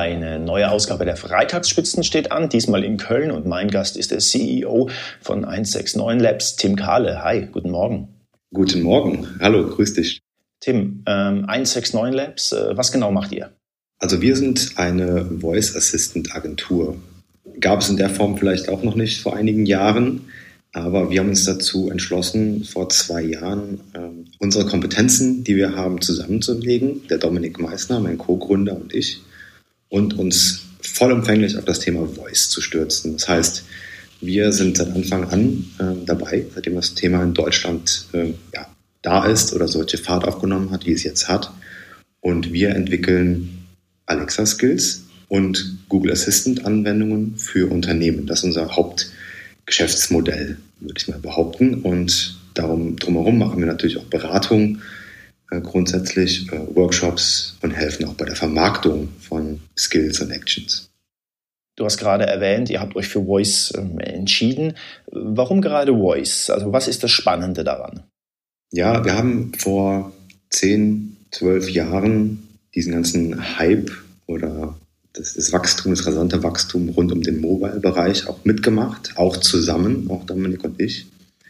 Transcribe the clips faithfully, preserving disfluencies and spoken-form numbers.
Eine neue Ausgabe der Freitagsspitzen steht an, diesmal in Köln, und mein Gast ist der C E O von eins sechs neun Labs, Tim Kahle. Hi, guten Morgen. Guten Morgen, hallo, grüß dich. Tim, ähm, eins sechs neun Labs, äh, was genau macht ihr? Also wir sind eine Voice Assistant Agentur. Gab es in der Form vielleicht auch noch nicht vor einigen Jahren, aber wir haben uns dazu entschlossen, vor zwei Jahren äh, unsere Kompetenzen, die wir haben, zusammenzulegen, der Dominik Meissner, mein Co-Gründer, und ich, und uns vollumfänglich auf das Thema Voice zu stürzen. Das heißt, wir sind seit Anfang an äh, dabei, seitdem das Thema in Deutschland äh, ja, da ist oder solche Fahrt aufgenommen hat, wie es jetzt hat. Und wir entwickeln Alexa-Skills und Google Assistant-Anwendungen für Unternehmen. Das ist unser Hauptgeschäftsmodell, würde ich mal behaupten. Und darum drumherum machen wir natürlich auch Beratung, äh, grundsätzlich äh, Workshops und helfen auch bei der Vermarktung von Skills und Actions. Du hast gerade erwähnt, ihr habt euch für Voice ähm, entschieden. Warum gerade Voice? Also was ist das Spannende daran? Ja, wir haben vor zehn, zwölf Jahren diesen ganzen Hype oder das, das Wachstum, das rasante Wachstum rund um den Mobile-Bereich auch mitgemacht, auch zusammen, auch Dominik und ich,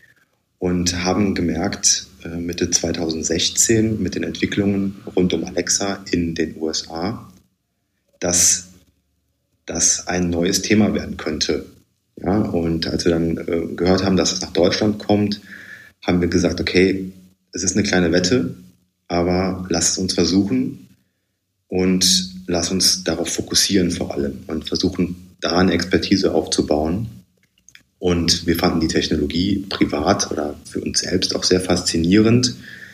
und haben gemerkt, äh, Mitte zwanzig sechzehn mit den Entwicklungen rund um Alexa in den U S A, dass das ein neues Thema werden könnte. Ja, und als wir dann äh, gehört haben, dass es nach Deutschland kommt, haben wir gesagt, okay, es ist eine kleine Wette, aber lass es uns versuchen und lass uns darauf fokussieren vor allem und versuchen, da eine Expertise aufzubauen. Und wir fanden die Technologie privat oder für uns selbst auch sehr faszinierend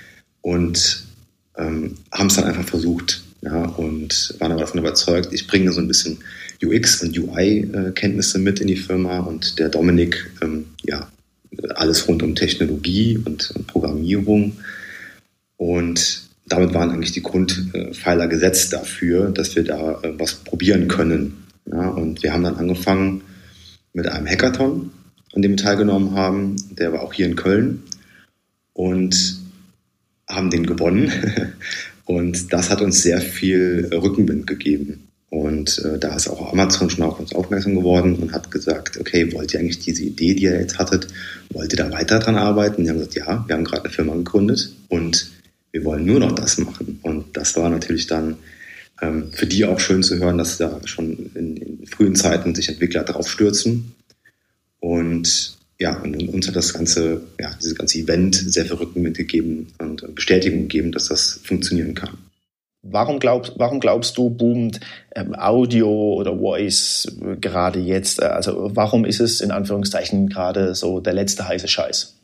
und ähm, haben es dann einfach versucht, ja, und waren aber davon überzeugt, ich bringe so ein bisschen U X und U I-Kenntnisse mit in die Firma und der Dominik, ähm, ja, alles rund um Technologie und, und Programmierung. Und damit waren eigentlich die Grundpfeiler gesetzt dafür, dass wir da äh, was probieren können. Ja, und wir haben dann angefangen mit einem Hackathon, an dem wir teilgenommen haben. Der war auch hier in Köln und haben den gewonnen. Und das hat uns sehr viel Rückenwind gegeben. Und äh, da ist auch Amazon schon auf uns aufmerksam geworden und hat gesagt, okay, wollt ihr eigentlich diese Idee, die ihr jetzt hattet, wollt ihr da weiter dran arbeiten? Und die haben gesagt, ja, wir haben gerade eine Firma gegründet und wir wollen nur noch das machen. Und das war natürlich dann ähm, für die auch schön zu hören, dass da schon in, in frühen Zeiten sich Entwickler drauf stürzen. Und ja, und uns hat das ganze, ja, dieses ganze Event sehr viel Rückenwind gegeben und Bestätigung gegeben, dass das funktionieren kann. Warum glaubst, warum glaubst du, boomt ähm, Audio oder Voice äh, gerade jetzt? Also warum ist es in Anführungszeichen gerade so der letzte heiße Scheiß?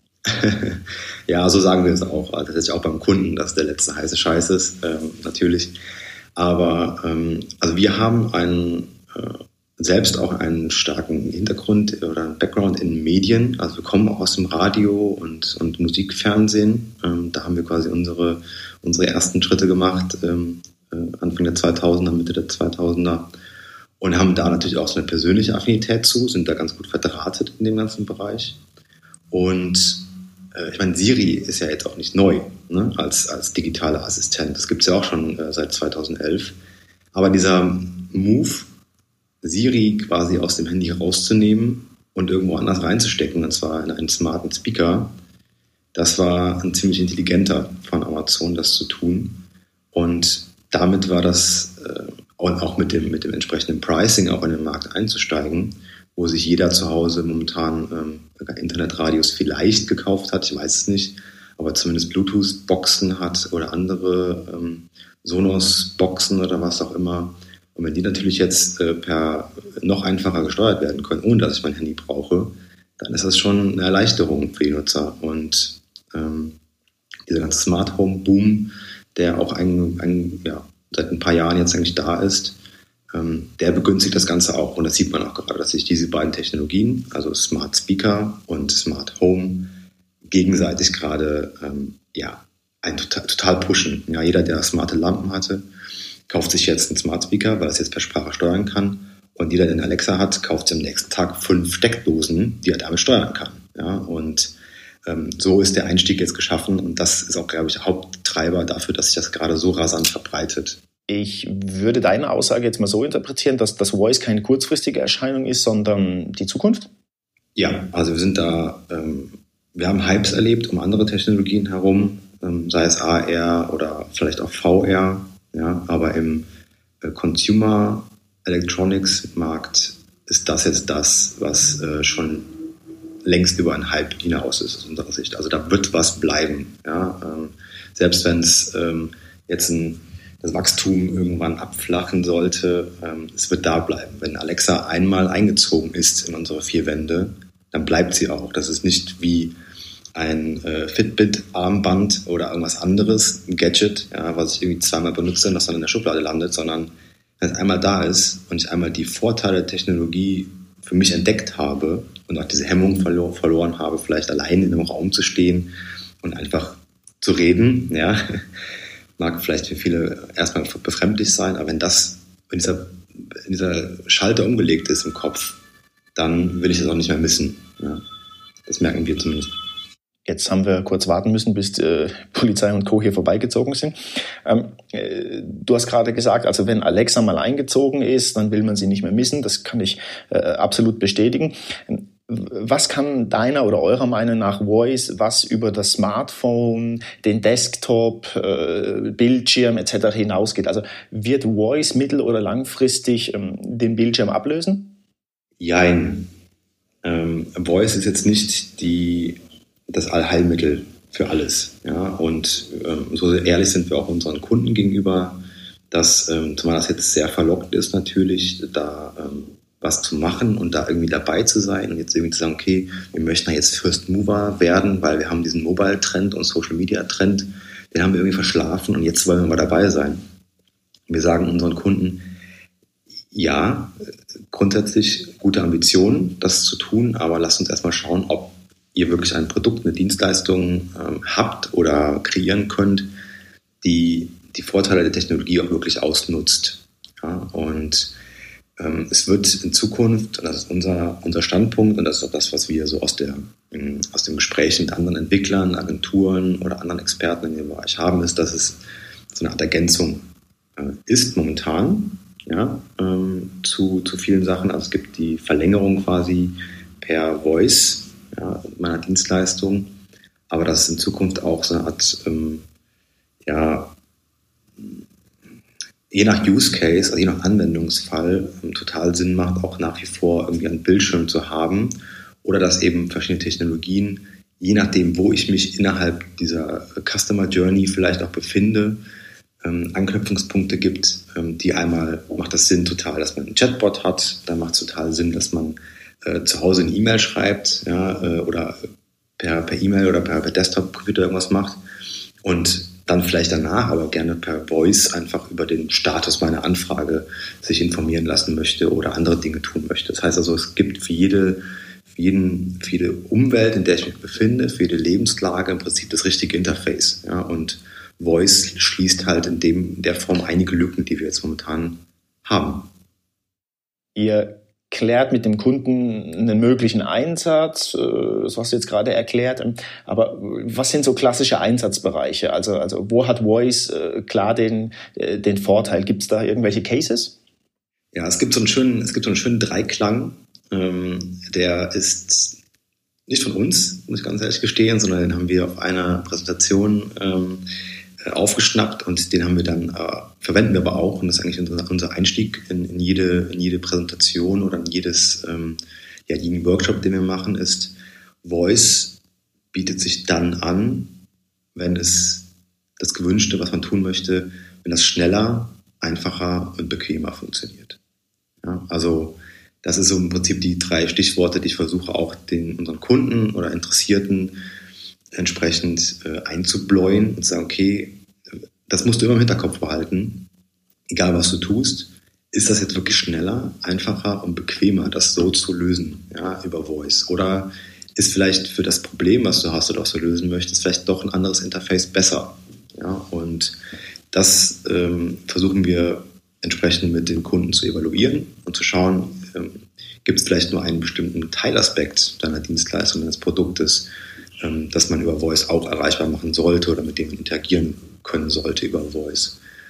Ja, so sagen wir es auch. Das ist ja auch beim Kunden, dass der letzte heiße Scheiß ist, ähm, natürlich. Aber ähm, also wir haben einen, äh, selbst auch einen starken Hintergrund oder einen Background in Medien. Also wir kommen auch aus dem Radio und, und Musikfernsehen. Ähm, da haben wir quasi unsere, unsere ersten Schritte gemacht, ähm, äh, Anfang der zweitausender, Mitte der zweitausender. Und haben da natürlich auch so eine persönliche Affinität zu, sind da ganz gut verdrahtet in dem ganzen Bereich. Und äh, ich meine, Siri ist ja jetzt auch nicht neu, ne, als, als digitaler Assistent. Das gibt es ja auch schon äh, seit zweitausendelf. Aber dieser Move, Siri quasi aus dem Handy rauszunehmen und irgendwo anders reinzustecken, und zwar in einen smarten Speaker, das war ein ziemlich intelligenter von Amazon, das zu tun. Und damit war das äh, auch mit dem, mit dem entsprechenden Pricing auch in den Markt einzusteigen, wo sich jeder zu Hause momentan ähm, Internetradios vielleicht gekauft hat, ich weiß es nicht, aber zumindest Bluetooth-Boxen hat oder andere ähm, Sonos-Boxen oder was auch immer. Und wenn die natürlich jetzt äh, per noch einfacher gesteuert werden können, ohne dass ich mein Handy brauche, dann ist das schon eine Erleichterung für die Nutzer. Und ähm, dieser ganze Smart Home Boom, der auch ein, ein, ja, seit ein paar Jahren jetzt eigentlich da ist, ähm, der begünstigt das Ganze auch. Und das sieht man auch gerade, dass sich diese beiden Technologien, also Smart Speaker und Smart Home, gegenseitig gerade ähm, ja, ein total, total pushen. Ja, jeder, der smarte Lampen hatte, kauft sich jetzt einen Smart Speaker, weil er es jetzt per Sprache steuern kann. Und jeder, der eine Alexa hat, kauft sich am nächsten Tag fünf Steckdosen, die er damit steuern kann. Ja, und ähm, so ist der Einstieg jetzt geschaffen. Und das ist auch, glaube ich, Haupttreiber dafür, dass sich das gerade so rasant verbreitet. Ich würde deine Aussage jetzt mal so interpretieren, dass das Voice keine kurzfristige Erscheinung ist, sondern die Zukunft? Ja, also wir sind da, ähm, wir haben Hypes erlebt um andere Technologien herum, ähm, sei es A R oder vielleicht auch V R, ja, aber im äh, Consumer Electronics Markt ist das jetzt das, was äh, schon längst über einen Hype hinaus ist aus unserer Sicht. Also da wird was bleiben, ja, ähm, selbst wenn es ähm, jetzt ein das Wachstum irgendwann abflachen sollte, ähm, es wird da bleiben. Wenn Alexa einmal eingezogen ist in unsere vier Wände, dann bleibt sie auch. Das ist nicht wie ein äh, Fitbit-Armband oder irgendwas anderes, ein Gadget, ja, was ich irgendwie zweimal benutze und das dann in der Schublade landet, sondern wenn es einmal da ist und ich einmal die Vorteile der Technologie für mich entdeckt habe und auch diese Hemmung verlo- verloren habe, vielleicht allein in einem Raum zu stehen und einfach zu reden, ja, mag vielleicht für viele erstmal befremdlich sein, aber wenn das, wenn dieser, wenn dieser Schalter umgelegt ist im Kopf, dann will ich das auch nicht mehr missen. Ja. Das merken wir zumindest. Jetzt haben wir kurz warten müssen, bis äh, Polizei und Co. hier vorbeigezogen sind. Ähm, äh, du hast gerade gesagt, also wenn Alexa mal eingezogen ist, dann will man sie nicht mehr missen. Das kann ich äh, absolut bestätigen. Was kann deiner oder eurer Meinung nach Voice, was über das Smartphone, den Desktop, äh, Bildschirm et cetera hinausgeht? Also wird Voice mittel- oder langfristig ähm, den Bildschirm ablösen? Jein. Ähm, Voice ist jetzt nicht die, das Allheilmittel für alles. Ja? Und ähm, so ehrlich sind wir auch unseren Kunden gegenüber, dass, ähm, zumal das jetzt sehr verlockend ist natürlich, da ähm, was zu machen und da irgendwie dabei zu sein und jetzt irgendwie zu sagen, okay, wir möchten ja jetzt First Mover werden, weil wir haben diesen Mobile-Trend und Social-Media-Trend, den haben wir irgendwie verschlafen und jetzt wollen wir mal dabei sein. Wir sagen unseren Kunden, ja, grundsätzlich gute Ambitionen, das zu tun, aber lasst uns erstmal schauen, ob ihr wirklich ein Produkt, eine Dienstleistung ähm, habt oder kreieren könnt, die die Vorteile der Technologie auch wirklich ausnutzt. Ja, und es wird in Zukunft, und das ist unser, unser Standpunkt und das ist auch das, was wir so aus, der, aus dem Gespräch mit anderen Entwicklern, Agenturen oder anderen Experten in dem Bereich haben, ist, dass es so eine Art Ergänzung ist momentan, ja, zu, zu vielen Sachen. Also es gibt die Verlängerung quasi per Voice, ja, meiner Dienstleistung, aber dass es in Zukunft auch so eine Art, ähm, ja, je nach Use Case, also je nach Anwendungsfall, ähm, total Sinn macht, auch nach wie vor irgendwie einen Bildschirm zu haben oder dass eben verschiedene Technologien, je nachdem, wo ich mich innerhalb dieser Customer Journey vielleicht auch befinde, ähm, Anknüpfungspunkte gibt, ähm, die einmal macht das Sinn total, dass man einen Chatbot hat, dann macht es total Sinn, dass man äh, zu Hause eine E-Mail schreibt, ja, äh, oder per, per E-Mail oder per, per Desktop-Computer irgendwas macht und dann vielleicht danach, aber gerne per Voice einfach über den Status meiner Anfrage sich informieren lassen möchte oder andere Dinge tun möchte. Das heißt also, es gibt für jede, für jeden, für jede Umwelt, in der ich mich befinde, für jede Lebenslage im Prinzip das richtige Interface. Ja, und Voice schließt halt in dem, in der Form einige Lücken, die wir jetzt momentan haben. Ihr klärt mit dem Kunden einen möglichen Einsatz, das hast du jetzt gerade erklärt, aber was sind so klassische Einsatzbereiche? Also, also wo hat Voice klar den, den Vorteil? Gibt es da irgendwelche Cases? Ja, es gibt so einen schönen, es gibt so einen schönen Dreiklang, ähm, der ist nicht von uns, muss ich ganz ehrlich gestehen, sondern den haben wir auf einer Präsentation ähm, aufgeschnappt und den haben wir dann, äh, verwenden wir aber auch und das ist eigentlich unser, unser Einstieg in, in, jede, in jede Präsentation oder in jedes, ähm, ja, jeden Workshop, den wir machen, ist Voice bietet sich dann an, wenn es das Gewünschte, was man tun möchte, wenn das schneller, einfacher und bequemer funktioniert. Ja, also das ist so im Prinzip die drei Stichworte, die ich versuche auch den unseren Kunden oder Interessierten entsprechend äh, einzubläuen und zu sagen, okay, das musst du immer im Hinterkopf behalten, egal was du tust, ist das jetzt wirklich schneller, einfacher und bequemer, das so zu lösen, ja, über Voice? Oder ist vielleicht für das Problem, was du hast oder was du lösen möchtest, vielleicht doch ein anderes Interface besser? Ja, und das ähm, versuchen wir entsprechend mit den Kunden zu evaluieren und zu schauen, ähm, gibt es vielleicht nur einen bestimmten Teilaspekt deiner Dienstleistung, deines Produktes, ähm, das man über Voice auch erreichbar machen sollte oder mit dem man interagieren können sollte über Voice.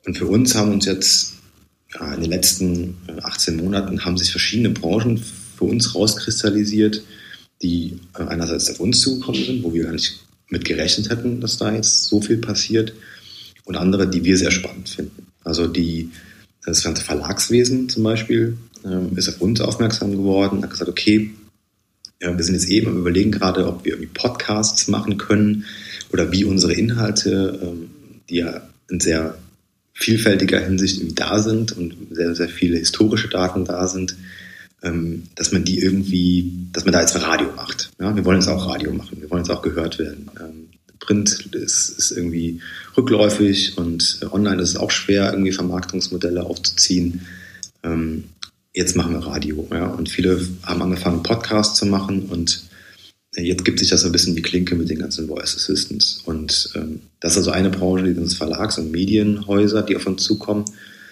Und für uns haben uns jetzt ja, in den letzten achtzehn Monaten haben sich verschiedene Branchen für uns rauskristallisiert, die einerseits auf uns zugekommen sind, wo wir gar nicht mit gerechnet hätten, dass da jetzt so viel passiert, und andere, die wir sehr spannend finden. Also die, das ganze Verlagswesen zum Beispiel ähm, ist auf uns aufmerksam geworden, hat gesagt, okay, ja, wir sind jetzt eben am Überlegen gerade, ob wir irgendwie Podcasts machen können oder wie unsere Inhalte, ähm, die ja in sehr vielfältiger Hinsicht irgendwie da sind und sehr, sehr viele historische Daten da sind, ähm, dass man die irgendwie, dass man da jetzt ein Radio macht. Ja, wir wollen jetzt auch Radio machen, wir wollen jetzt auch gehört werden. Ähm, Print ist, ist irgendwie rückläufig und online ist es auch schwer, irgendwie Vermarktungsmodelle aufzuziehen. Ähm, jetzt machen wir Radio. Ja? Und viele haben angefangen, Podcasts zu machen, und jetzt gibt sich das so ein bisschen die Klinke mit den ganzen Voice Assistants. Und ähm, das ist also eine Branche, die sind Verlags- und Medienhäuser, die auf uns zukommen.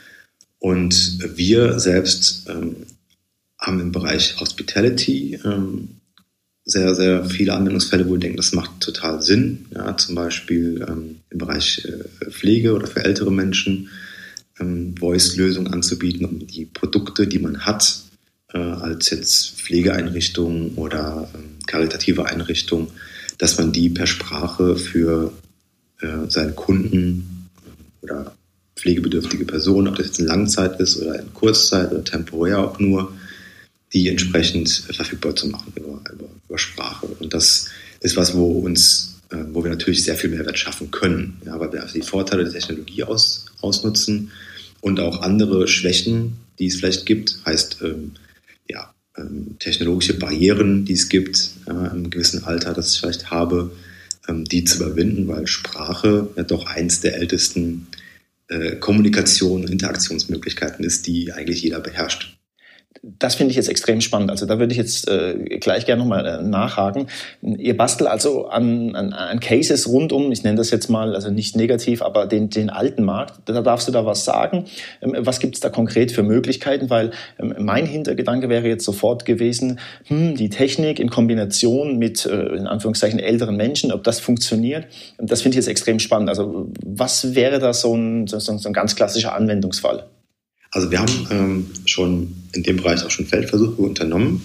Und wir selbst ähm, haben im Bereich Hospitality ähm, sehr, sehr viele Anwendungsfälle, wo wir denken, das macht total Sinn. Ja, zum Beispiel ähm, im Bereich äh, Pflege oder für ältere Menschen ähm, Voice-Lösungen anzubieten, um die Produkte, die man hat, äh, als jetzt Pflegeeinrichtung oder ähm, karitative Einrichtung, dass man die per Sprache für äh, seine Kunden äh, oder pflegebedürftige Personen, ob das jetzt in Langzeit ist oder in Kurzzeit oder temporär auch nur, die entsprechend verfügbar zu machen über, über, über Sprache. Und das ist was, wo uns, äh, wo wir natürlich sehr viel Mehrwert schaffen können, ja, weil wir also die Vorteile der Technologie aus, ausnutzen und auch andere Schwächen, die es vielleicht gibt, heißt ähm, ja, ähm, technologische Barrieren, die es gibt, äh, im gewissen Alter, das ich vielleicht habe, ähm, die zu überwinden, weil Sprache ja doch eins der ältesten äh, Kommunikation- und Interaktionsmöglichkeiten ist, die eigentlich jeder beherrscht. Das finde ich jetzt extrem spannend. Also da würde ich jetzt äh, gleich gerne nochmal äh, nachhaken. Ihr bastelt also an, an, an Cases rundum, ich nenne das jetzt mal, also nicht negativ, aber den, den alten Markt. Da darfst du da was sagen. Ähm, was gibt es da konkret für Möglichkeiten? Weil ähm, mein Hintergedanke wäre jetzt sofort gewesen, hm, die Technik in Kombination mit, äh, in Anführungszeichen, älteren Menschen, ob das funktioniert. Das finde ich jetzt extrem spannend. Also was wäre da so ein, so, so ein ganz klassischer Anwendungsfall? Also wir haben ähm, schon in dem Bereich auch schon Feldversuche unternommen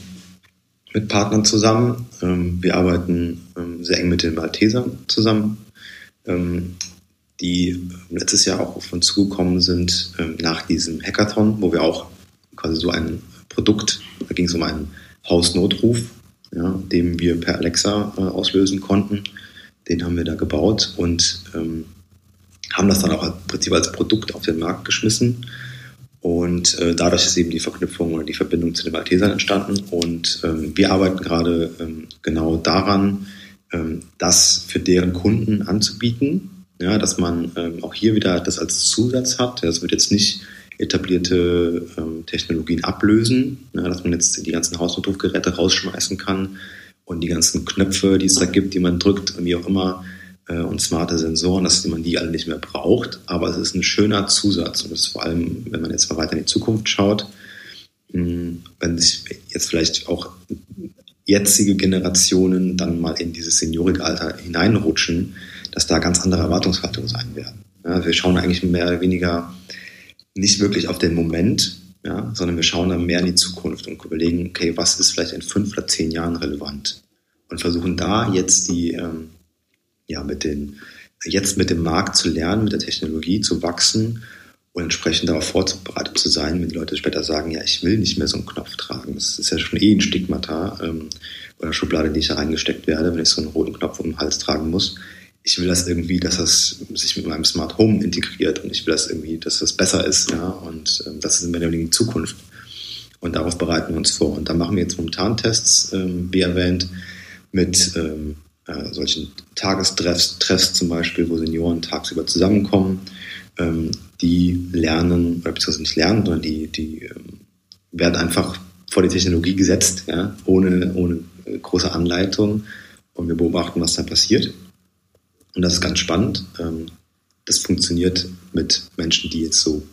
mit Partnern zusammen. Ähm, wir arbeiten ähm, sehr eng mit den Maltesern zusammen, ähm, die letztes Jahr auch auf uns zugekommen sind ähm, nach diesem Hackathon, wo wir auch quasi so ein Produkt, da ging es um einen Hausnotruf, ja, den wir per Alexa äh, auslösen konnten. Den haben wir da gebaut und ähm, haben das dann auch im Prinzip als Produkt auf den Markt geschmissen. Und äh, dadurch ist eben die Verknüpfung oder die Verbindung zu den Maltesern entstanden. Und ähm, wir arbeiten gerade ähm, genau daran, ähm, das für deren Kunden anzubieten. Ja, dass man ähm, auch hier wieder das als Zusatz hat. Das wird jetzt nicht etablierte ähm, Technologien ablösen, ja, dass man jetzt die ganzen Hausnotrufgeräte rausschmeißen kann und die ganzen Knöpfe, die es da gibt, die man drückt und wie auch immer, und smarte Sensoren, dass man die alle nicht mehr braucht. Aber es ist ein schöner Zusatz. Und das ist vor allem, wenn man jetzt mal weiter in die Zukunft schaut, wenn sich jetzt vielleicht auch jetzige Generationen dann mal in dieses Seniorigalter hineinrutschen, dass da ganz andere Erwartungshaltungen sein werden. Ja, wir schauen eigentlich mehr oder weniger nicht wirklich auf den Moment, ja, sondern wir schauen dann mehr in die Zukunft und überlegen, okay, was ist vielleicht in fünf oder zehn Jahren relevant? Und versuchen da jetzt die ähm, ja, mit den, jetzt mit dem Markt zu lernen, mit der Technologie zu wachsen und entsprechend darauf vorbereitet zu sein, wenn die Leute später sagen, ja, ich will nicht mehr so einen Knopf tragen. Das ist ja schon eh ein Stigmata ähm, oder Schublade, in die ich da reingesteckt werde, wenn ich so einen roten Knopf um den Hals tragen muss. Ich will das irgendwie, dass das sich mit meinem Smart Home integriert und ich will das irgendwie, dass das besser ist, ja, und ähm, das ist in die Zukunft. Und darauf bereiten wir uns vor. Und da machen wir jetzt momentan Tests, ähm, wie erwähnt, mit ähm, Äh, solchen Tagestreffs Treffs zum Beispiel, wo Senioren tagsüber zusammenkommen, ähm, die lernen, oder beziehungsweise nicht lernen, sondern die, die ähm, werden einfach vor die Technologie gesetzt, ja, ohne, ohne äh, große Anleitung, und wir beobachten, was da passiert. Und das ist ganz spannend. Ähm, das funktioniert mit Menschen, die jetzt so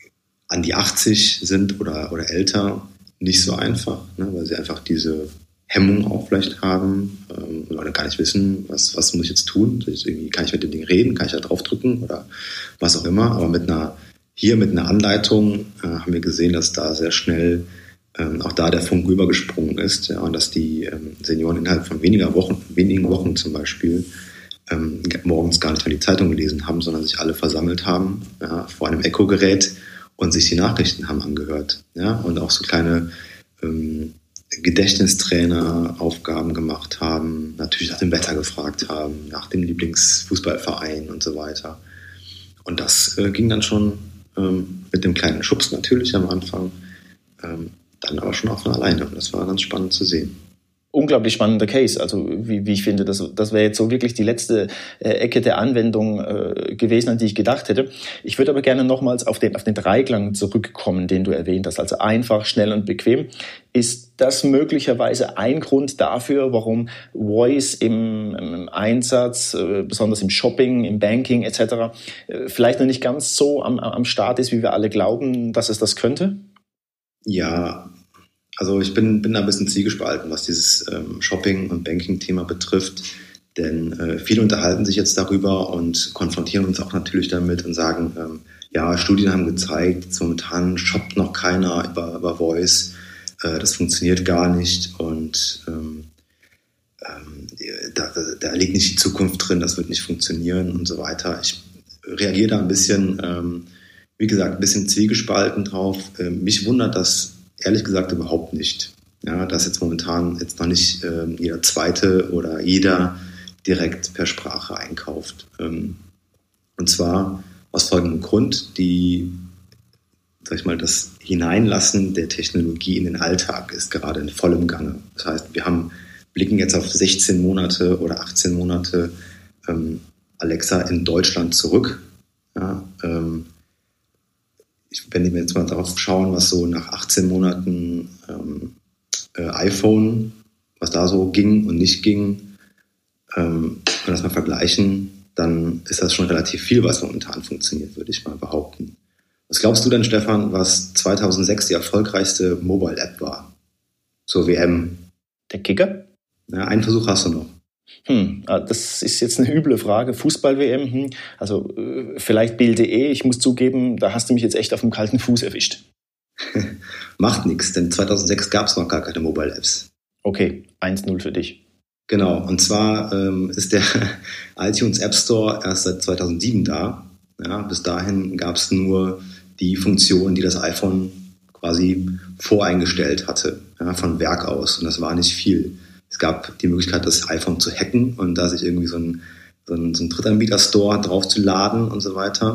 an die achtzig sind oder, oder älter, nicht so einfach, ne, weil sie einfach diese Hemmung auch vielleicht haben ähm, oder gar nicht wissen, was, was muss ich jetzt tun. Das irgendwie, kann ich mit dem Ding reden, kann ich da draufdrücken oder was auch immer. Aber mit einer, hier mit einer Anleitung äh, haben wir gesehen, dass da sehr schnell ähm, auch da der Funk rübergesprungen ist, ja, und dass die ähm, Senioren innerhalb von weniger Wochen, wenigen Wochen zum Beispiel ähm, morgens gar nicht mehr die Zeitung gelesen haben, sondern sich alle versammelt haben, ja, vor einem Echo-Gerät und sich die Nachrichten haben angehört. Ja, und auch so kleine ähm, Gedächtnistrainer Aufgaben gemacht haben, natürlich nach dem Wetter gefragt haben, nach dem Lieblingsfußballverein und so weiter. Und das äh, ging dann schon ähm, mit dem kleinen Schubs natürlich am Anfang, ähm, dann aber schon auch von alleine. Und das war ganz spannend zu sehen. Unglaublich spannender Case, also wie, wie ich finde, das, das wäre jetzt so wirklich die letzte äh, Ecke der Anwendung äh, gewesen, an die ich gedacht hätte. Ich würde aber gerne nochmals auf den, auf den Dreiklang zurückkommen, den du erwähnt hast, also einfach, schnell und bequem. Ist das möglicherweise ein Grund dafür, warum Voice im, im Einsatz, äh, besonders im Shopping, im Banking et cetera, äh, vielleicht noch nicht ganz so am, am Start ist, wie wir alle glauben, dass es das könnte? Ja, also ich bin, bin da ein bisschen zwiegespalten, was dieses ähm, Shopping- und Banking-Thema betrifft. Denn äh, viele unterhalten sich jetzt darüber und konfrontieren uns auch natürlich damit und sagen, ähm, ja, Studien haben gezeigt, momentan shoppt noch keiner über, über Voice, äh, das funktioniert gar nicht und ähm, ähm, da, da liegt nicht die Zukunft drin, das wird nicht funktionieren und so weiter. Ich reagiere da ein bisschen, ähm, wie gesagt, ein bisschen zwiegespalten drauf. Ähm, mich wundert das ehrlich gesagt überhaupt nicht. Ja, dass jetzt momentan jetzt noch nicht äh, jeder Zweite oder jeder direkt per Sprache einkauft. Ähm, und zwar aus folgendem Grund: die, sag ich mal, das Hineinlassen der Technologie in den Alltag ist gerade in vollem Gange. Das heißt, wir haben, blicken jetzt auf sechzehn Monate oder achtzehn Monate ähm, Alexa in Deutschland zurück. Ja, ähm, Ich, wenn wir jetzt mal darauf schauen, was so nach achtzehn Monaten ähm, äh, iPhone, was da so ging und nicht ging, ähm, und das mal vergleichen, dann ist das schon relativ viel, was momentan funktioniert, würde ich mal behaupten. Was glaubst du denn, Stefan, was zweitausendsechs die erfolgreichste Mobile-App war zur W M? Der Kicker? Ja, einen Versuch hast du noch. Hm, das ist jetzt eine üble Frage. Fußball-W M, hm, also äh, vielleicht Bild punkt de. Ich muss zugeben, da hast du mich jetzt echt auf dem kalten Fuß erwischt. Macht nichts, denn zweitausendsechs gab es noch gar keine Mobile-Apps. Okay, eins null für dich. Genau, und zwar ähm, ist der iTunes App Store erst seit zweitausendsieben da. Ja, bis dahin gab es nur die Funktion, die das iPhone quasi voreingestellt hatte, ja, von Werk aus. Und das war nicht viel. Es gab die Möglichkeit, das iPhone zu hacken und da sich irgendwie so ein, so ein, so ein Drittanbieter-Store drauf zu laden und so weiter.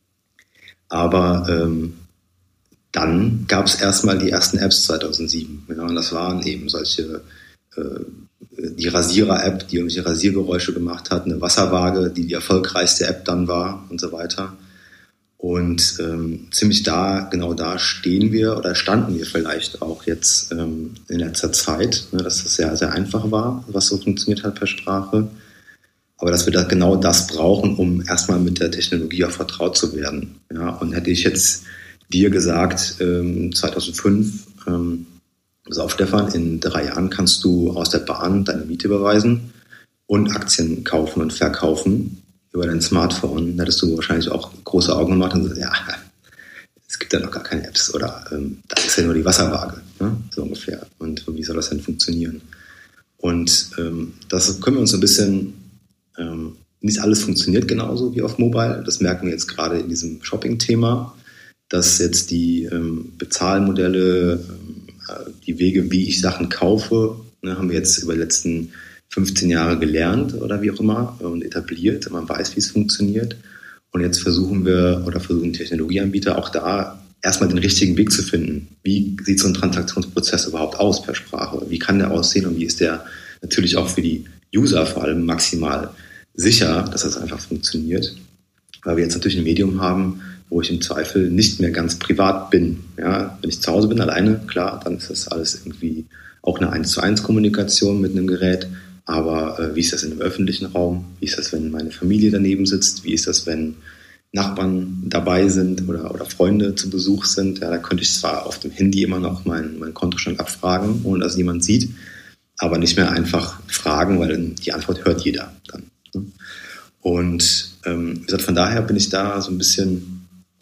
Aber ähm, dann gab es erstmal die ersten Apps zweitausendsieben. Ja, und das waren eben solche, äh, die Rasierer-App, die irgendwelche Rasiergeräusche gemacht hat, eine Wasserwaage, die die erfolgreichste App dann war und so weiter. Und ähm, ziemlich da, genau da stehen wir oder standen wir vielleicht auch jetzt ähm, in letzter Zeit, ne, dass das sehr, sehr einfach war, was so funktioniert hat per Sprache. Aber dass wir da genau das brauchen, um erstmal mit der Technologie auch vertraut zu werden. Ja, und hätte ich jetzt dir gesagt, ähm, zweitausendfünf, ähm, pass auf, Stefan, in drei Jahren kannst du aus der Bahn deine Miete überweisen und Aktien kaufen und verkaufen über dein Smartphone, da hättest du wahrscheinlich auch große Augen gemacht und gesagt, ja, es gibt ja noch gar keine Apps oder ähm, da ist ja nur die Wasserwaage, ne? So ungefähr. Und wie soll das denn funktionieren? Und ähm, das können wir uns ein bisschen, ähm, nicht alles funktioniert genauso wie auf Mobile. Das merken wir jetzt gerade in diesem Shopping-Thema, dass jetzt die ähm, Bezahlmodelle, ähm, die Wege, wie ich Sachen kaufe, ne, haben wir jetzt über die letzten fünfzehn Jahre gelernt oder wie auch immer und etabliert. Man weiß, wie es funktioniert. Und jetzt versuchen wir oder versuchen Technologieanbieter auch da erstmal den richtigen Weg zu finden. Wie sieht so ein Transaktionsprozess überhaupt aus per Sprache? Wie kann der aussehen und wie ist der natürlich auch für die User vor allem maximal sicher, dass das einfach funktioniert? Weil wir jetzt natürlich ein Medium haben, wo ich im Zweifel nicht mehr ganz privat bin. Ja, wenn ich zu Hause bin, alleine, klar, dann ist das alles irgendwie auch eine eins zu eins Kommunikation mit einem Gerät. Aber äh, wie ist das in einem öffentlichen Raum? Wie ist das, wenn meine Familie daneben sitzt? Wie ist das, wenn Nachbarn dabei sind oder, oder Freunde zu Besuch sind? Ja, da könnte ich zwar auf dem Handy immer noch meinen, meinen Kontostand abfragen, ohne dass jemand sieht. aber nicht mehr einfach fragen, weil die Antwort hört jeder dann. Ne? Und ähm, wie gesagt, von daher bin ich da so ein bisschen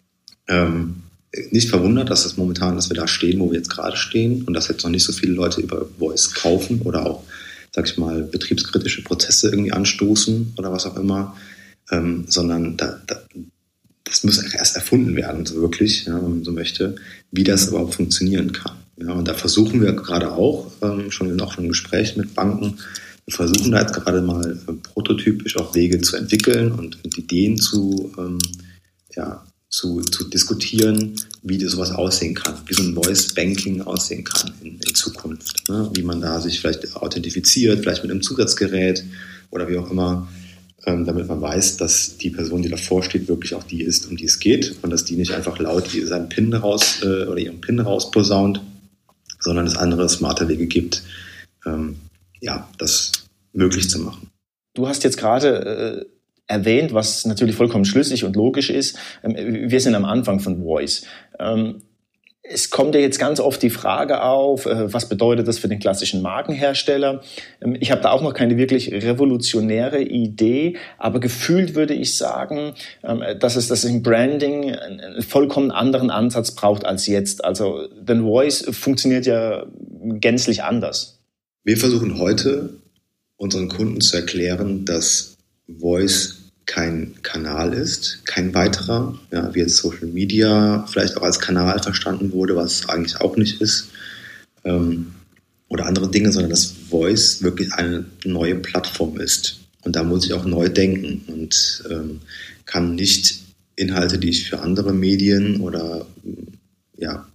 ähm, nicht verwundert, dass das momentan, dass wir da stehen, wo wir jetzt gerade stehen und dass jetzt noch nicht so viele Leute über Voice kaufen oder auch, sag ich mal, betriebskritische Prozesse irgendwie anstoßen oder was auch immer, ähm, sondern da, da, das muss erst erfunden werden, so wirklich, ja, wenn man so möchte, wie das überhaupt funktionieren kann. Ja, und da versuchen wir gerade auch, ähm, schon auch schon im Gespräch mit Banken, wir versuchen da jetzt gerade mal äh, prototypisch auch Wege zu entwickeln und, und Ideen zu, ähm, ja, zu, zu diskutieren, wie sowas aussehen kann, wie so ein Voice Banking aussehen kann in, in Zukunft. Ne? Wie man da sich vielleicht authentifiziert, vielleicht mit einem Zusatzgerät oder wie auch immer, ähm, damit man weiß, dass die Person, die davor steht, wirklich auch die ist, um die es geht und dass die nicht einfach laut seinen PIN raus äh, oder ihren PIN rausposaunt, sondern es andere smarte Wege gibt, ähm, ja, das möglich zu machen. Du hast jetzt gerade äh, erwähnt, was natürlich vollkommen schlüssig und logisch ist. Ähm, wir sind am Anfang von Voice. Ähm, es kommt ja jetzt ganz oft die Frage auf, äh, was bedeutet das für den klassischen Markenhersteller? Ähm, ich habe da auch noch keine wirklich revolutionäre Idee, aber gefühlt würde ich sagen, ähm, dass es das im Branding einen vollkommen anderen Ansatz braucht als jetzt. Also denn Voice funktioniert ja gänzlich anders. Wir versuchen heute, unseren Kunden zu erklären, dass Voice kein Kanal ist, kein weiterer, ja, wie jetzt Social Media vielleicht auch als Kanal verstanden wurde, was es eigentlich auch nicht ist, ähm, oder andere Dinge, sondern dass Voice wirklich eine neue Plattform ist. Und da muss ich auch neu denken und ähm, kann nicht Inhalte, die ich für andere Medien oder ja,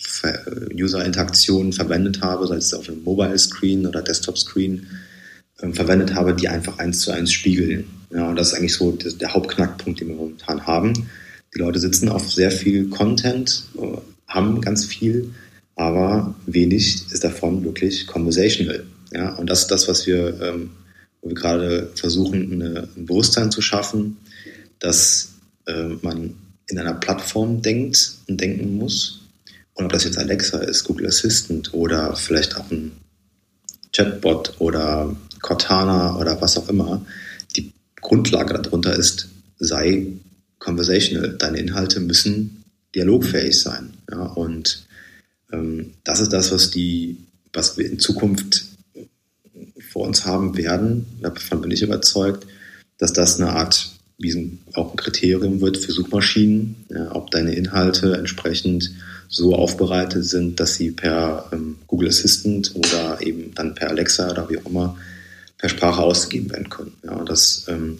User-Interaktionen verwendet habe, sei es auf einem Mobile-Screen oder Desktop-Screen, äh, verwendet habe, die einfach eins zu eins spiegeln. Ja, und das ist eigentlich so der, der Hauptknackpunkt, den wir momentan haben. Die Leute sitzen auf sehr viel Content, äh, haben ganz viel, aber wenig ist davon wirklich conversational. Ja, und das ist das, was wir, ähm, wo wir gerade versuchen, eine, ein Bewusstsein zu schaffen, dass äh, man in einer Plattform denkt und denken muss. Und ob das jetzt Alexa ist, Google Assistant oder vielleicht auch ein Chatbot oder Cortana oder was auch immer, die Grundlage darunter ist, sei conversational. Deine Inhalte müssen dialogfähig sein. Ja? Und ähm, das ist das, was, die, was wir in Zukunft vor uns haben werden. Davon bin ich überzeugt, dass das eine Art, wie ein, auch ein Kriterium wird für Suchmaschinen, ja, ob deine Inhalte entsprechend so aufbereitet sind, dass sie per ähm, Google Assistant oder eben dann per Alexa oder wie auch immer per Sprache ausgegeben werden können. Ja, und das, ähm,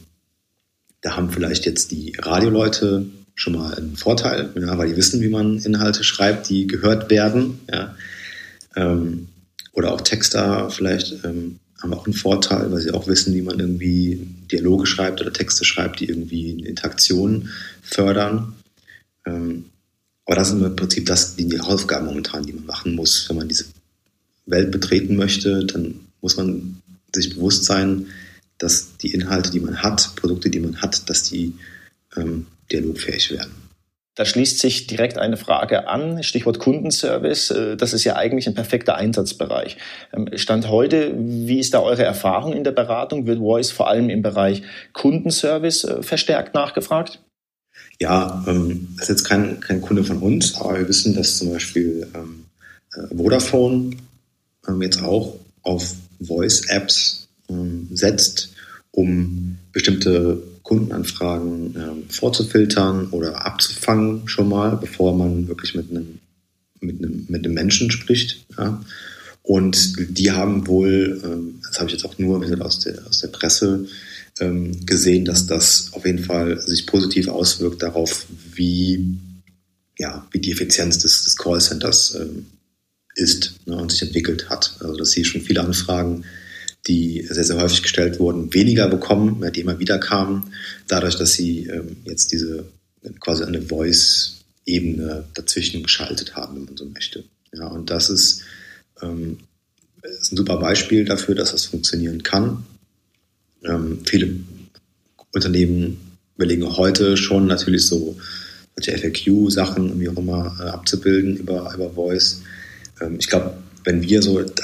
da haben vielleicht jetzt die Radioleute schon mal einen Vorteil, ja, weil die wissen, wie man Inhalte schreibt, die gehört werden. Ja. Ähm, oder auch Texter vielleicht ähm, haben auch einen Vorteil, weil sie auch wissen, wie man irgendwie Dialoge schreibt oder Texte schreibt, die irgendwie eine Interaktion fördern. Ähm, aber das sind im Prinzip das, die, die Aufgaben momentan, die man machen muss. Wenn man diese Welt betreten möchte, dann muss man sich bewusst sein, dass die Inhalte, die man hat, Produkte, die man hat, dass die ähm, dialogfähig werden. Da schließt sich direkt eine Frage an, Stichwort Kundenservice. Das ist ja eigentlich ein perfekter Einsatzbereich. Stand heute, wie ist da eure Erfahrung in der Beratung? Wird Voice vor allem im Bereich Kundenservice verstärkt nachgefragt? Ja, ähm, das ist jetzt kein, kein Kunde von uns, aber wir wissen, dass zum Beispiel ähm, Vodafone ähm, jetzt auch auf Voice-Apps ähm, setzt, um bestimmte Kundenanfragen ähm, vorzufiltern oder abzufangen schon mal, bevor man wirklich mit einem, mit einem, mit einem Menschen spricht. Ja. Und die haben wohl, ähm, das habe ich jetzt auch nur wie gesagt, aus der, aus der Presse ähm, gesehen, dass das auf jeden Fall sich positiv auswirkt darauf, wie, ja, wie die Effizienz des, des Callcenters ähm, ist, ne, und sich entwickelt hat. Also dass sie schon viele Anfragen, die sehr, sehr häufig gestellt wurden, weniger bekommen, die immer wieder kamen, dadurch, dass sie ähm, jetzt diese quasi eine Voice-Ebene dazwischen geschaltet haben, wenn man so möchte. Ja, und das ist, ähm, ist ein super Beispiel dafür, dass das funktionieren kann. Ähm, viele Unternehmen überlegen auch heute schon natürlich so solche F A Q-Sachen, wie auch immer, äh, abzubilden über, über Voice. Ähm, ich glaube, wenn wir so als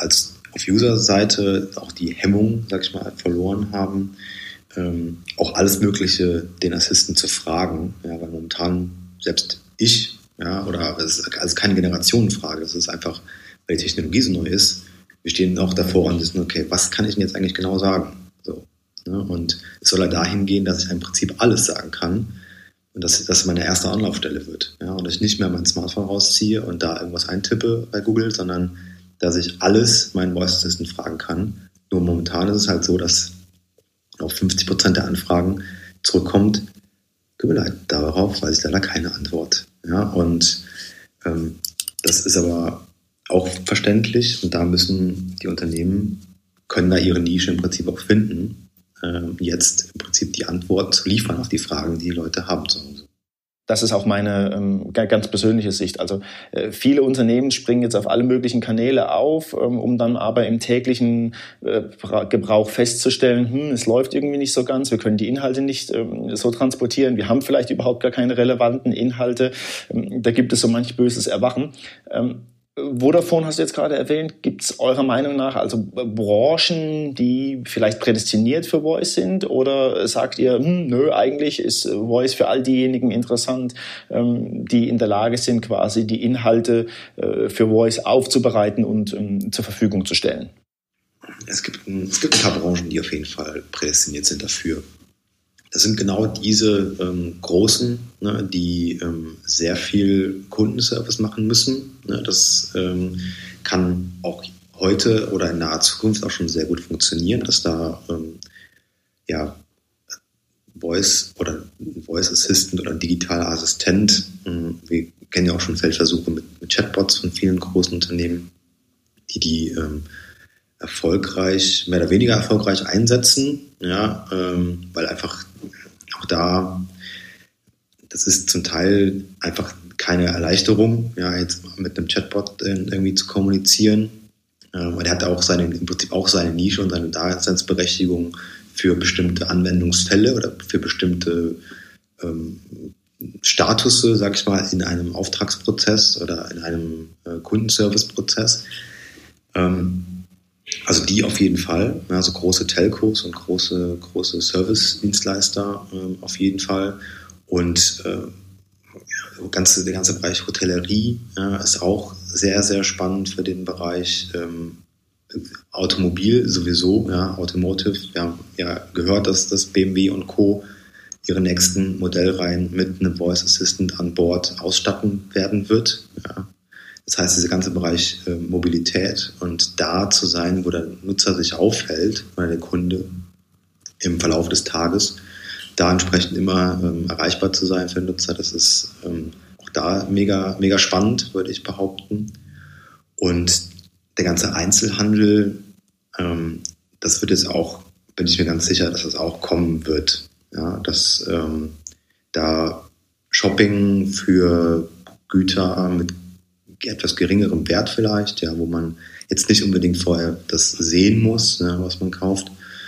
auf User-Seite auch die Hemmung, sag ich mal, verloren haben, ähm, auch alles Mögliche den Assistent zu fragen, ja, weil momentan selbst ich, ja, oder es ist also keine Generationenfrage, das ist einfach, weil die Technologie so neu ist, wir stehen auch davor und wissen, okay, was kann ich denn jetzt eigentlich genau sagen? So, ne? Und es soll ja dahin gehen, dass ich im Prinzip alles sagen kann und dass das meine erste Anlaufstelle wird. Ja? Und ich nicht mehr mein Smartphone rausziehe und da irgendwas eintippe bei Google, sondern dass ich alles meinen Voice Assistant fragen kann. Nur momentan ist es halt so, dass auf fünfzig Prozent der Anfragen zurückkommt, tut mir leid, darauf weiß ich leider keine Antwort. Ja? Und ähm, das ist aber auch verständlich und da müssen die Unternehmen, können da ihre Nische im Prinzip auch finden, äh, jetzt im Prinzip die Antworten zu liefern auf die Fragen, die die Leute haben zu Hause. Das ist auch meine ähm, ganz persönliche Sicht. Also äh, viele Unternehmen springen jetzt auf alle möglichen Kanäle auf, ähm, um dann aber im täglichen äh, Gebrauch festzustellen, hm, es läuft irgendwie nicht so ganz, wir können die Inhalte nicht ähm, so transportieren, wir haben vielleicht überhaupt gar keine relevanten Inhalte. Ähm, da gibt es so manch böses Erwachen. Ähm, Vodafone hast du jetzt gerade erwähnt. Gibt es eurer Meinung nach also Branchen, die vielleicht prädestiniert für Voice sind? Oder sagt ihr, hm, nö, eigentlich ist Voice für all diejenigen interessant, ähm, die in der Lage sind, quasi die Inhalte äh, für Voice aufzubereiten und ähm, zur Verfügung zu stellen? Es gibt, ein, es gibt ein paar Branchen, die auf jeden Fall prädestiniert sind dafür. Das sind genau diese ähm, Großen, ne, die ähm, sehr viel Kundenservice machen müssen. Ne, das ähm, kann auch heute oder in naher Zukunft auch schon sehr gut funktionieren, dass da ähm, ja, Voice oder Voice Assistant oder digitaler Assistent, ähm, wir kennen ja auch schon Feldversuche mit, mit Chatbots von vielen großen Unternehmen, die die ähm, erfolgreich, mehr oder weniger erfolgreich einsetzen, ja, ähm, weil einfach auch da, das ist zum Teil einfach keine Erleichterung, ja, jetzt mit einem Chatbot äh, irgendwie zu kommunizieren. Ähm, und er hat auch seine, im Prinzip auch seine Nische und seine Daseinsberechtigung für bestimmte Anwendungsfälle oder für bestimmte ähm, Statusse, sag ich mal, in einem Auftragsprozess oder in einem äh, Kundenserviceprozess. Ähm, Also die auf jeden Fall, also große Telcos und große, große Service-Dienstleister äh, auf jeden Fall. Und äh, ganze, der ganze Bereich Hotellerie ja, ist auch sehr, sehr spannend für den Bereich ähm, Automobil sowieso, ja, Automotive. Wir haben ja gehört, dass das B M W und Co. ihre nächsten Modellreihen mit einem Voice Assistant an Bord ausstatten werden wird. Ja. Das heißt, dieser ganze Bereich äh, Mobilität und da zu sein, wo der Nutzer sich aufhält, oder der Kunde im Verlauf des Tages, da entsprechend immer ähm, erreichbar zu sein für den Nutzer, das ist ähm, auch da mega, mega spannend, würde ich behaupten. Und der ganze Einzelhandel, ähm, das wird jetzt auch, bin ich mir ganz sicher, dass das auch kommen wird. Ja, dass ähm, da Shopping für Güter mit etwas geringerem Wert vielleicht, ja, wo man jetzt nicht unbedingt vorher das sehen muss, ja, was man kauft.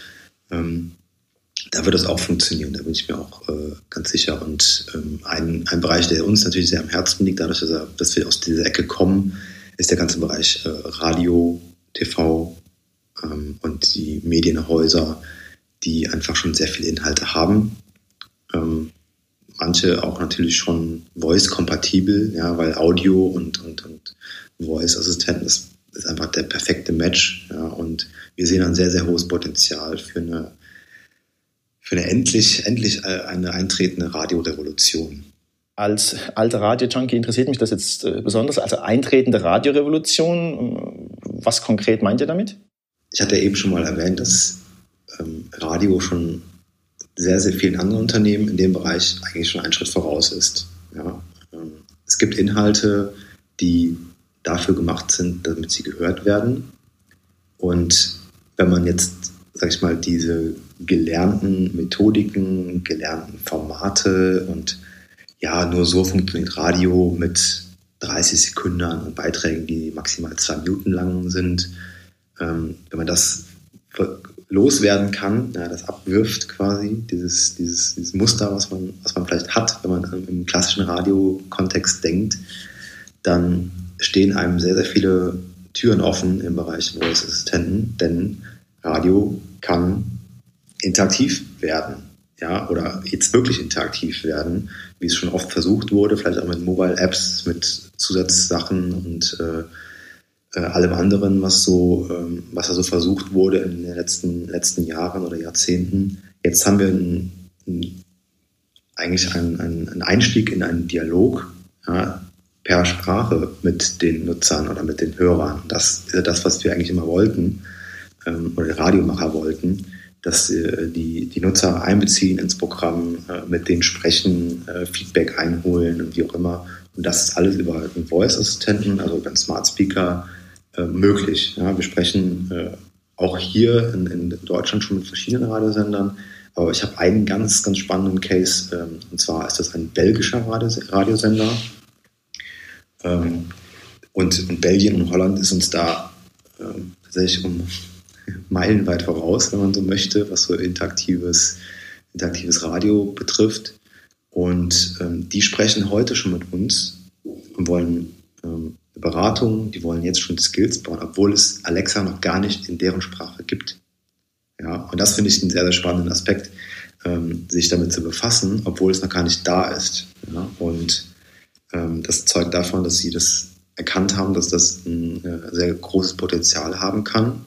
Ähm, da wird das auch funktionieren, da bin ich mir auch äh, ganz sicher. Und ähm, ein, ein Bereich, der uns natürlich sehr am Herzen liegt, dadurch, dass, er, dass wir aus dieser Ecke kommen, ist der ganze Bereich äh, Radio, T V ähm, und die Medienhäuser, die einfach schon sehr viele Inhalte haben. Ähm, Manche auch natürlich schon Voice-kompatibel, ja, weil Audio und, und, und Voice-Assistenten ist, ist einfach der perfekte Match. Ja, und wir sehen ein sehr, sehr hohes Potenzial für eine, für eine endlich, endlich eine eintretende Radiorevolution. Als alter Radio-Junkie interessiert mich das jetzt besonders. Also eintretende Radiorevolution, was konkret meint ihr damit? Ich hatte eben schon mal erwähnt, dass ähm, Radio schon sehr, sehr vielen anderen Unternehmen in dem Bereich eigentlich schon einen Schritt voraus ist. Ja, ähm, es gibt Inhalte, die dafür gemacht sind, damit sie gehört werden. Und wenn man jetzt, sag ich mal, diese gelernten Methodiken, gelernten Formate und ja, nur so funktioniert Radio mit dreißig Sekunden und Beiträgen, die maximal zwei Minuten lang sind, ähm, wenn man das loswerden kann, ja, das abwirft quasi, dieses, dieses, dieses Muster, was man, was man vielleicht hat, wenn man im klassischen Radio-Kontext denkt, dann stehen einem sehr, sehr viele Türen offen im Bereich Voice Assistenten, denn Radio kann interaktiv werden, ja, oder jetzt wirklich interaktiv werden, wie es schon oft versucht wurde, vielleicht auch mit Mobile Apps, mit Zusatzsachen und äh, äh, allem anderen, was so, ähm, was da so versucht wurde in den letzten, letzten Jahren oder Jahrzehnten. Jetzt haben wir ein, ein, eigentlich einen, einen Einstieg in einen Dialog, ja, per Sprache mit den Nutzern oder mit den Hörern. Das ist ja das, was wir eigentlich immer wollten, ähm, oder die Radiomacher wollten, dass äh, die, die Nutzer einbeziehen ins Programm, äh, mit denen sprechen, äh, Feedback einholen und wie auch immer. Und das ist alles über einen Voice-Assistenten, also über einen Smart Speaker, äh, möglich. Ja, wir sprechen äh, auch hier in, in Deutschland schon mit verschiedenen Radiosendern, aber ich habe einen ganz, ganz spannenden Case, ähm, und zwar ist das ein belgischer Radios- Radiosender. Ähm, und in Belgien und Holland ist uns da ähm, tatsächlich um meilenweit voraus, wenn man so möchte, was so interaktives, interaktives Radio betrifft. Und ähm, die sprechen heute schon mit uns und wollen ähm, eine Beratung, die wollen jetzt schon Skills bauen, obwohl es Alexa noch gar nicht in deren Sprache gibt. Ja, und das finde ich einen sehr, sehr spannenden Aspekt, ähm, sich damit zu befassen, obwohl es noch gar nicht da ist. Ja, und ähm, das zeugt davon, dass sie das erkannt haben, dass das ein äh, sehr großes Potenzial haben kann.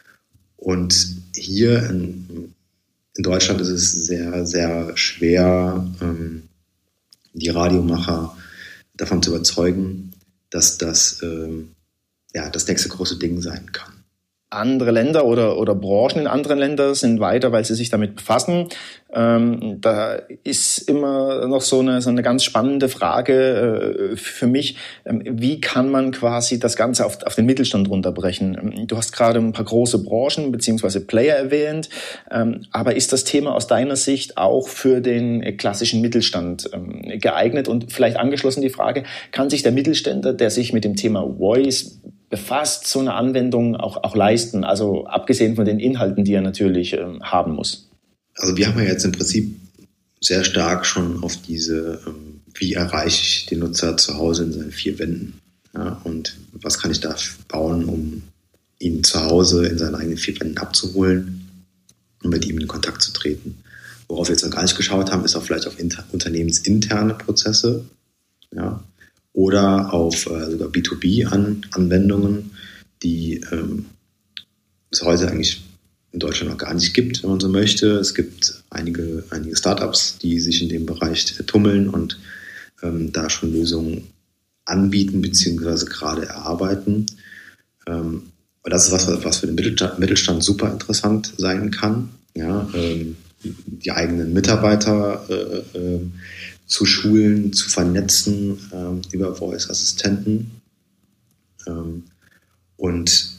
Und hier in, in Deutschland ist es sehr, sehr schwer, ähm, die Radiomacher davon zu überzeugen, dass das ähm, ja, das nächste große Ding sein kann. Andere Länder oder, oder Branchen in anderen Ländern sind weiter, weil sie sich damit befassen. Ähm, da ist immer noch so eine, so eine ganz spannende Frage äh, für mich. Ähm, wie kann man quasi das Ganze auf, auf den Mittelstand runterbrechen? Du hast gerade ein paar große Branchen bzw. Player erwähnt. Ähm, aber ist das Thema aus deiner Sicht auch für den klassischen Mittelstand ähm, geeignet? Und vielleicht angeschlossen die Frage, kann sich der Mittelständler, der sich mit dem Thema Voice befasst, so eine Anwendung auch, auch leisten, also abgesehen von den Inhalten, die er natürlich ähm, haben muss? Also wir haben ja jetzt im Prinzip sehr stark schon auf diese, ähm, wie erreiche ich den Nutzer zu Hause in seinen vier Wänden, ja, und was kann ich da bauen, um ihn zu Hause in seinen eigenen vier Wänden abzuholen und mit ihm in Kontakt zu treten. Worauf wir jetzt noch gar nicht geschaut haben, ist auch vielleicht auf inter- unternehmensinterne Prozesse, ja, oder auf äh, sogar B zwei B-Anwendungen, die ähm, es heute eigentlich in Deutschland noch gar nicht gibt, wenn man so möchte. Es gibt einige, einige Startups, die sich in dem Bereich tummeln und ähm, da schon Lösungen anbieten bzw. gerade erarbeiten. Ähm, und das ist was, was für den Mittelstand, Mittelstand super interessant sein kann. Ja, ähm, die eigenen Mitarbeiter äh, äh, zu schulen, zu vernetzen ähm, über Voice-Assistenten. Ähm, und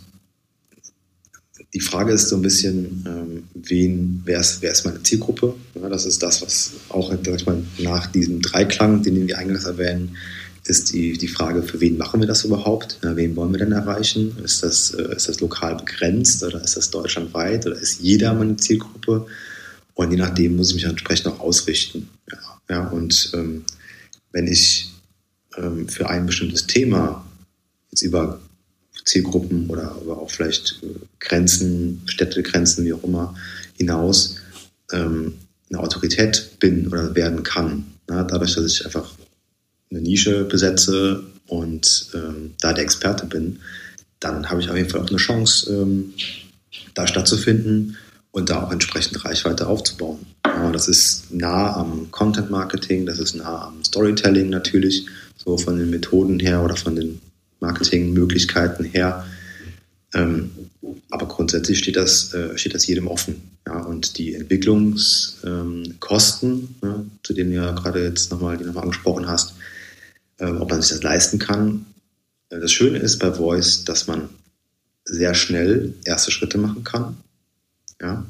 die Frage ist so ein bisschen, ähm, wen, wer ist, wer ist meine Zielgruppe? Ja, das ist das, was auch sag ich mal, nach diesem Dreiklang, den wir eingangs erwähnen, ist die, die Frage, für wen machen wir das überhaupt? Ja, wen wollen wir denn erreichen? Ist das, äh, ist das lokal begrenzt oder ist das deutschlandweit oder ist jeder meine Zielgruppe? Und je nachdem muss ich mich entsprechend auch ausrichten. Ja, ja, und ähm, wenn ich ähm, für ein bestimmtes Thema jetzt über Zielgruppen oder aber auch vielleicht äh, Grenzen, Städtegrenzen, wie auch immer, hinaus ähm, eine Autorität bin oder werden kann, ja, dadurch, dass ich einfach eine Nische besetze und ähm, da der Experte bin, dann habe ich auf jeden Fall auch eine Chance, ähm, da stattzufinden und da auch entsprechend Reichweite aufzubauen. Ja, das ist nah am Content-Marketing, das ist nah am Storytelling natürlich, so von den Methoden her oder von den Marketingmöglichkeiten her. Ähm, aber grundsätzlich steht das, äh, steht das jedem offen. Ja, und die Entwicklungskosten, ähm, ja, zu denen du ja gerade jetzt nochmal, die nochmal angesprochen hast, äh, ob man sich das leisten kann. Äh, das Schöne ist bei Voice, dass man sehr schnell erste Schritte machen kann. Ja.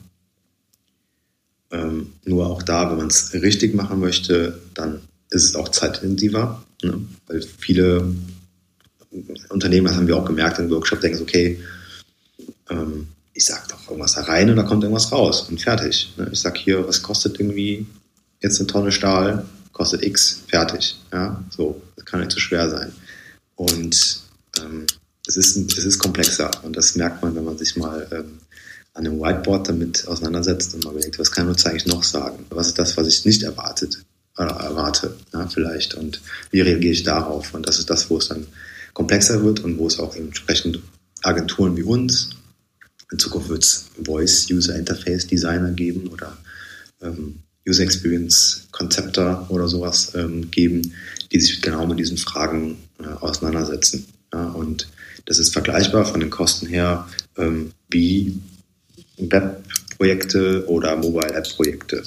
Ähm, nur auch da, wenn man es richtig machen möchte, dann ist es auch zeitintensiver, ne? Weil viele Unternehmen, das haben wir auch gemerkt im Workshop, denken, okay, ähm, ich sage doch irgendwas da rein und da kommt irgendwas raus und fertig. Ne? Ich sage hier, was kostet irgendwie jetzt eine Tonne Stahl, kostet X, fertig. Ja? So, das kann nicht zu schwer sein. Und ähm, es ist, es ist komplexer und das merkt man, wenn man sich mal ähm, an einem Whiteboard damit auseinandersetzt und mal überlegt, was kann Nutzer eigentlich noch sagen? Was ist das, was ich nicht erwartet, äh, erwarte, ja, vielleicht, und wie reagiere ich darauf? Und das ist das, wo es dann komplexer wird und wo es auch entsprechend Agenturen wie uns, in Zukunft wird es Voice User Interface Designer geben oder ähm, User Experience Konzepter oder sowas ähm, geben, die sich genau mit diesen Fragen äh, auseinandersetzen. Ja, und das ist vergleichbar von den Kosten her ähm, wie Web-Projekte oder Mobile-App-Projekte.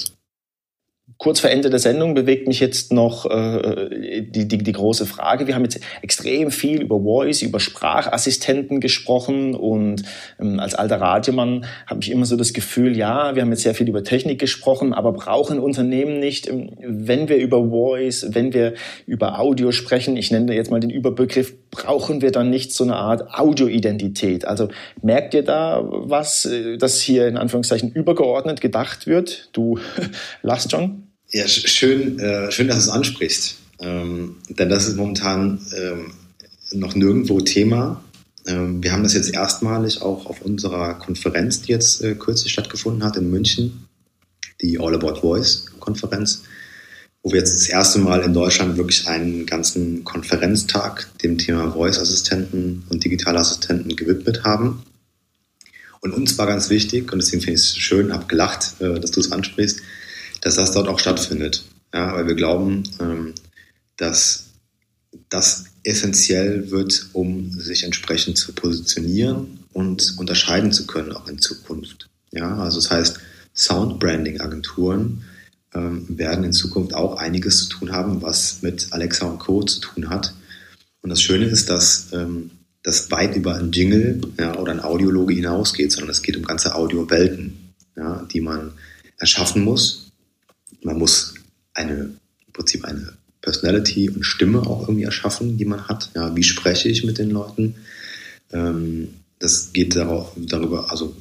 Kurz vor Ende der Sendung bewegt mich jetzt noch äh, die, die, die große Frage. Wir haben jetzt extrem viel über Voice, über Sprachassistenten gesprochen und ähm, als alter Radiomann habe ich immer so das Gefühl, ja, wir haben jetzt sehr viel über Technik gesprochen, aber brauchen Unternehmen nicht, ähm, wenn wir über Voice, wenn wir über Audio sprechen, ich nenne jetzt mal den Überbegriff, brauchen wir dann nicht so eine Art Audioidentität? Also merkt ihr da was, dass hier in Anführungszeichen übergeordnet gedacht wird? Du lachst schon. Ja, schön, äh, schön, dass du es ansprichst. Ähm, denn das ist momentan ähm, noch nirgendwo Thema. Ähm, wir haben das jetzt erstmalig auch auf unserer Konferenz, die jetzt äh, kürzlich stattgefunden hat in München, die All About Voice Konferenz, wo wir jetzt das erste Mal in Deutschland wirklich einen ganzen Konferenztag dem Thema Voice-Assistenten und digitale Assistenten gewidmet haben. Und uns war ganz wichtig, und deswegen finde ich es schön, habe gelacht, äh, dass du es ansprichst, dass das dort auch stattfindet. Ja, weil wir glauben, ähm, dass das essentiell wird, um sich entsprechend zu positionieren und unterscheiden zu können, auch in Zukunft. Ja, also das heißt, Sound-Branding-Agenturen ähm, werden in Zukunft auch einiges zu tun haben, was mit Alexa und Co. zu tun hat. Und das Schöne ist, dass ähm, das weit über ein Jingle, ja, oder ein Audiologe hinausgeht, sondern es geht um ganze Audiowelten, ja, die man erschaffen muss. Man muss eine, im Prinzip eine Personality und Stimme auch irgendwie erschaffen, die man hat. Ja, wie spreche ich mit den Leuten? Ähm, das geht darauf, darüber, also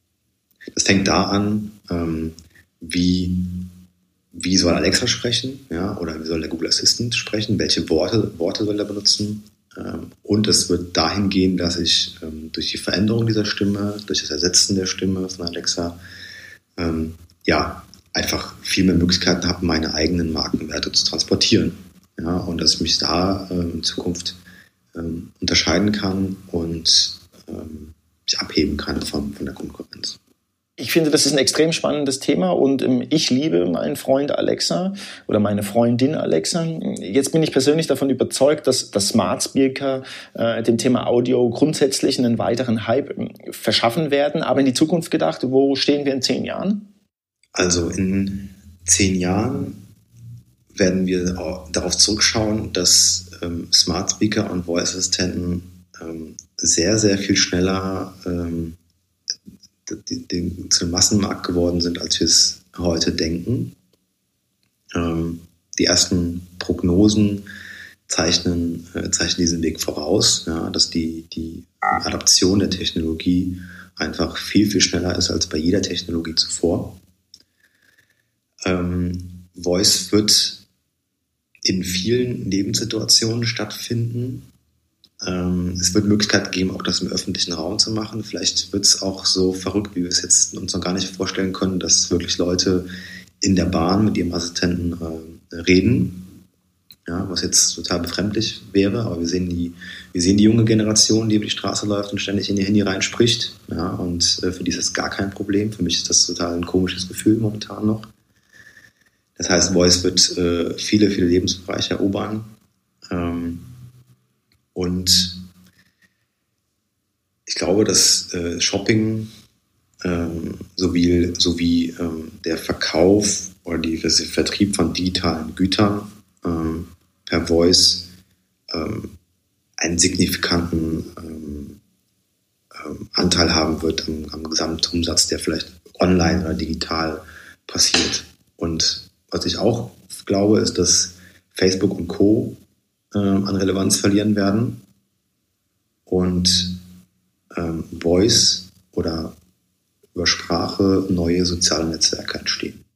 das fängt da an, ähm, wie, wie soll Alexa sprechen, ja, oder wie soll der Google Assistant sprechen? Welche Worte, Worte soll er benutzen? Ähm, und es wird dahin gehen, dass ich ähm, durch die Veränderung dieser Stimme, durch das Ersetzen der Stimme von Alexa, ähm, ja, einfach viel mehr Möglichkeiten habe, meine eigenen Markenwerte zu transportieren. Ja, und dass ich mich da äh, in Zukunft ähm, unterscheiden kann und ähm, mich abheben kann von, von der Konkurrenz. Ich finde, das ist ein extrem spannendes Thema und ähm, ich liebe meinen Freund Alexa oder meine Freundin Alexa. Jetzt bin ich persönlich davon überzeugt, dass das Smart Speaker äh, dem Thema Audio grundsätzlich einen weiteren Hype äh, verschaffen werden. Aber in die Zukunft gedacht, wo stehen wir in zehn Jahren? Also in zehn Jahren werden wir auch darauf zurückschauen, dass ähm, Smart Speaker und Voice Assistenten ähm, sehr, sehr viel schneller ähm, die, die, zum Massenmarkt geworden sind, als wir es heute denken. Ähm, die ersten Prognosen zeichnen, äh, zeichnen diesen Weg voraus, ja, dass die, die Adaption der Technologie einfach viel, viel schneller ist als bei jeder Technologie zuvor. Ähm, Voice wird in vielen Lebenssituationen stattfinden. Ähm, es wird Möglichkeiten geben, auch das im öffentlichen Raum zu machen. Vielleicht wird es auch so verrückt, wie wir es jetzt uns noch gar nicht vorstellen können, dass wirklich Leute in der Bahn mit ihrem Assistenten äh, reden. Ja, was jetzt total befremdlich wäre, aber wir sehen die, wir sehen die junge Generation, die über die Straße läuft und ständig in ihr Handy reinspricht. Ja, und äh, für die ist das gar kein Problem. Für mich ist das total ein komisches Gefühl momentan noch. Das heißt, Voice wird äh, viele, viele Lebensbereiche erobern. Ähm, und ich glaube, dass äh, Shopping ähm, sowie, sowie ähm, der Verkauf oder die, der Vertrieb von digitalen Gütern ähm, per Voice ähm, einen signifikanten ähm, ähm, Anteil haben wird am, am Gesamtumsatz, der vielleicht online oder digital passiert. Und was ich auch glaube, ist, dass Facebook und Co. Ähm, an Relevanz verlieren werden und ähm, Voice oder über Sprache neue soziale Netzwerke entstehen.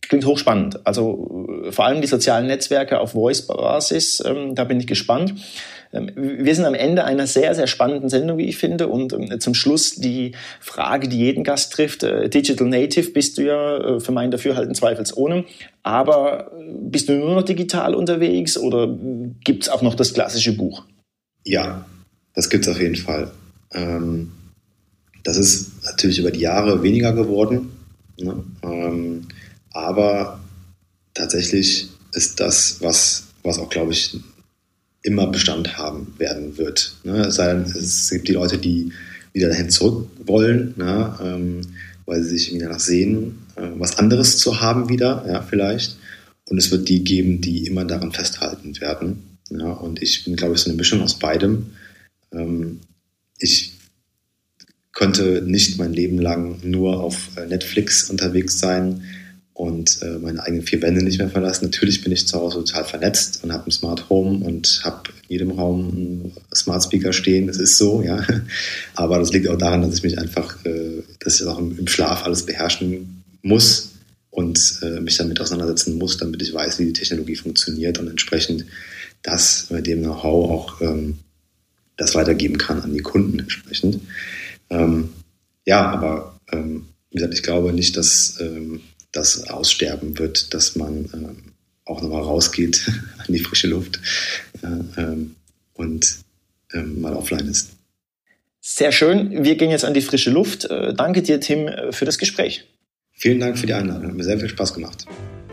Klingt hochspannend. Also vor allem die sozialen Netzwerke auf Voice-Basis, ähm, da bin ich gespannt. Ähm, wir sind am Ende einer sehr, sehr spannenden Sendung, wie ich finde. Und ähm, zum Schluss die Frage, die jeden Gast trifft. Äh, Digital Native bist du ja äh, für mein Dafürhalten zweifelsohne. Aber bist du nur noch digital unterwegs oder gibt's auch noch das klassische Buch? Ja, das gibt's auf jeden Fall. Ähm, das ist natürlich über die Jahre weniger geworden. Ne? Ähm, aber tatsächlich ist das, was, was auch, glaube ich, immer Bestand haben werden wird. Ne? Es sei denn, es gibt die Leute, die wieder dahin zurück wollen, ne? ähm, weil sie sich wieder nach sehen, äh, was anderes zu haben wieder, ja, vielleicht. Und es wird die geben, die immer daran festhalten werden. Ja? Und ich bin, glaube ich, so eine Mischung aus beidem. Ähm, ich könnte nicht mein Leben lang nur auf Netflix unterwegs sein und äh, meine eigenen vier Wände nicht mehr verlassen. Natürlich bin ich zu Hause total vernetzt und habe ein Smart Home und habe in jedem Raum einen Smart Speaker stehen. Das ist so, ja. Aber das liegt auch daran, dass ich mich einfach, äh, dass ich auch im, im Schlaf alles beherrschen muss und äh, mich damit auseinandersetzen muss, damit ich weiß, wie die Technologie funktioniert und entsprechend das mit dem Know-how auch ähm, das weitergeben kann an die Kunden entsprechend. Ähm, ja, aber ähm, wie gesagt, ich glaube nicht, dass ähm, das aussterben wird, dass man ähm, auch nochmal rausgeht an die frische Luft äh, ähm, und ähm, mal offline ist. Sehr schön. Wir gehen jetzt an die frische Luft. Äh, danke dir, Tim, für das Gespräch. Vielen Dank für die Einladung. Hat mir sehr viel Spaß gemacht.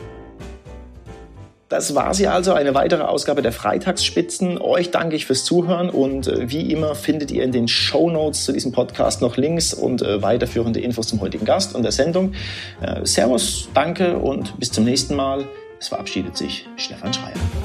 Das war sie also, eine weitere Ausgabe der Freitagsspitzen. Euch danke ich fürs Zuhören und äh, wie immer findet ihr in den Shownotes zu diesem Podcast noch Links und äh, weiterführende Infos zum heutigen Gast und der Sendung. Äh, Servus, danke und bis zum nächsten Mal. Es verabschiedet sich Stefan Schreier.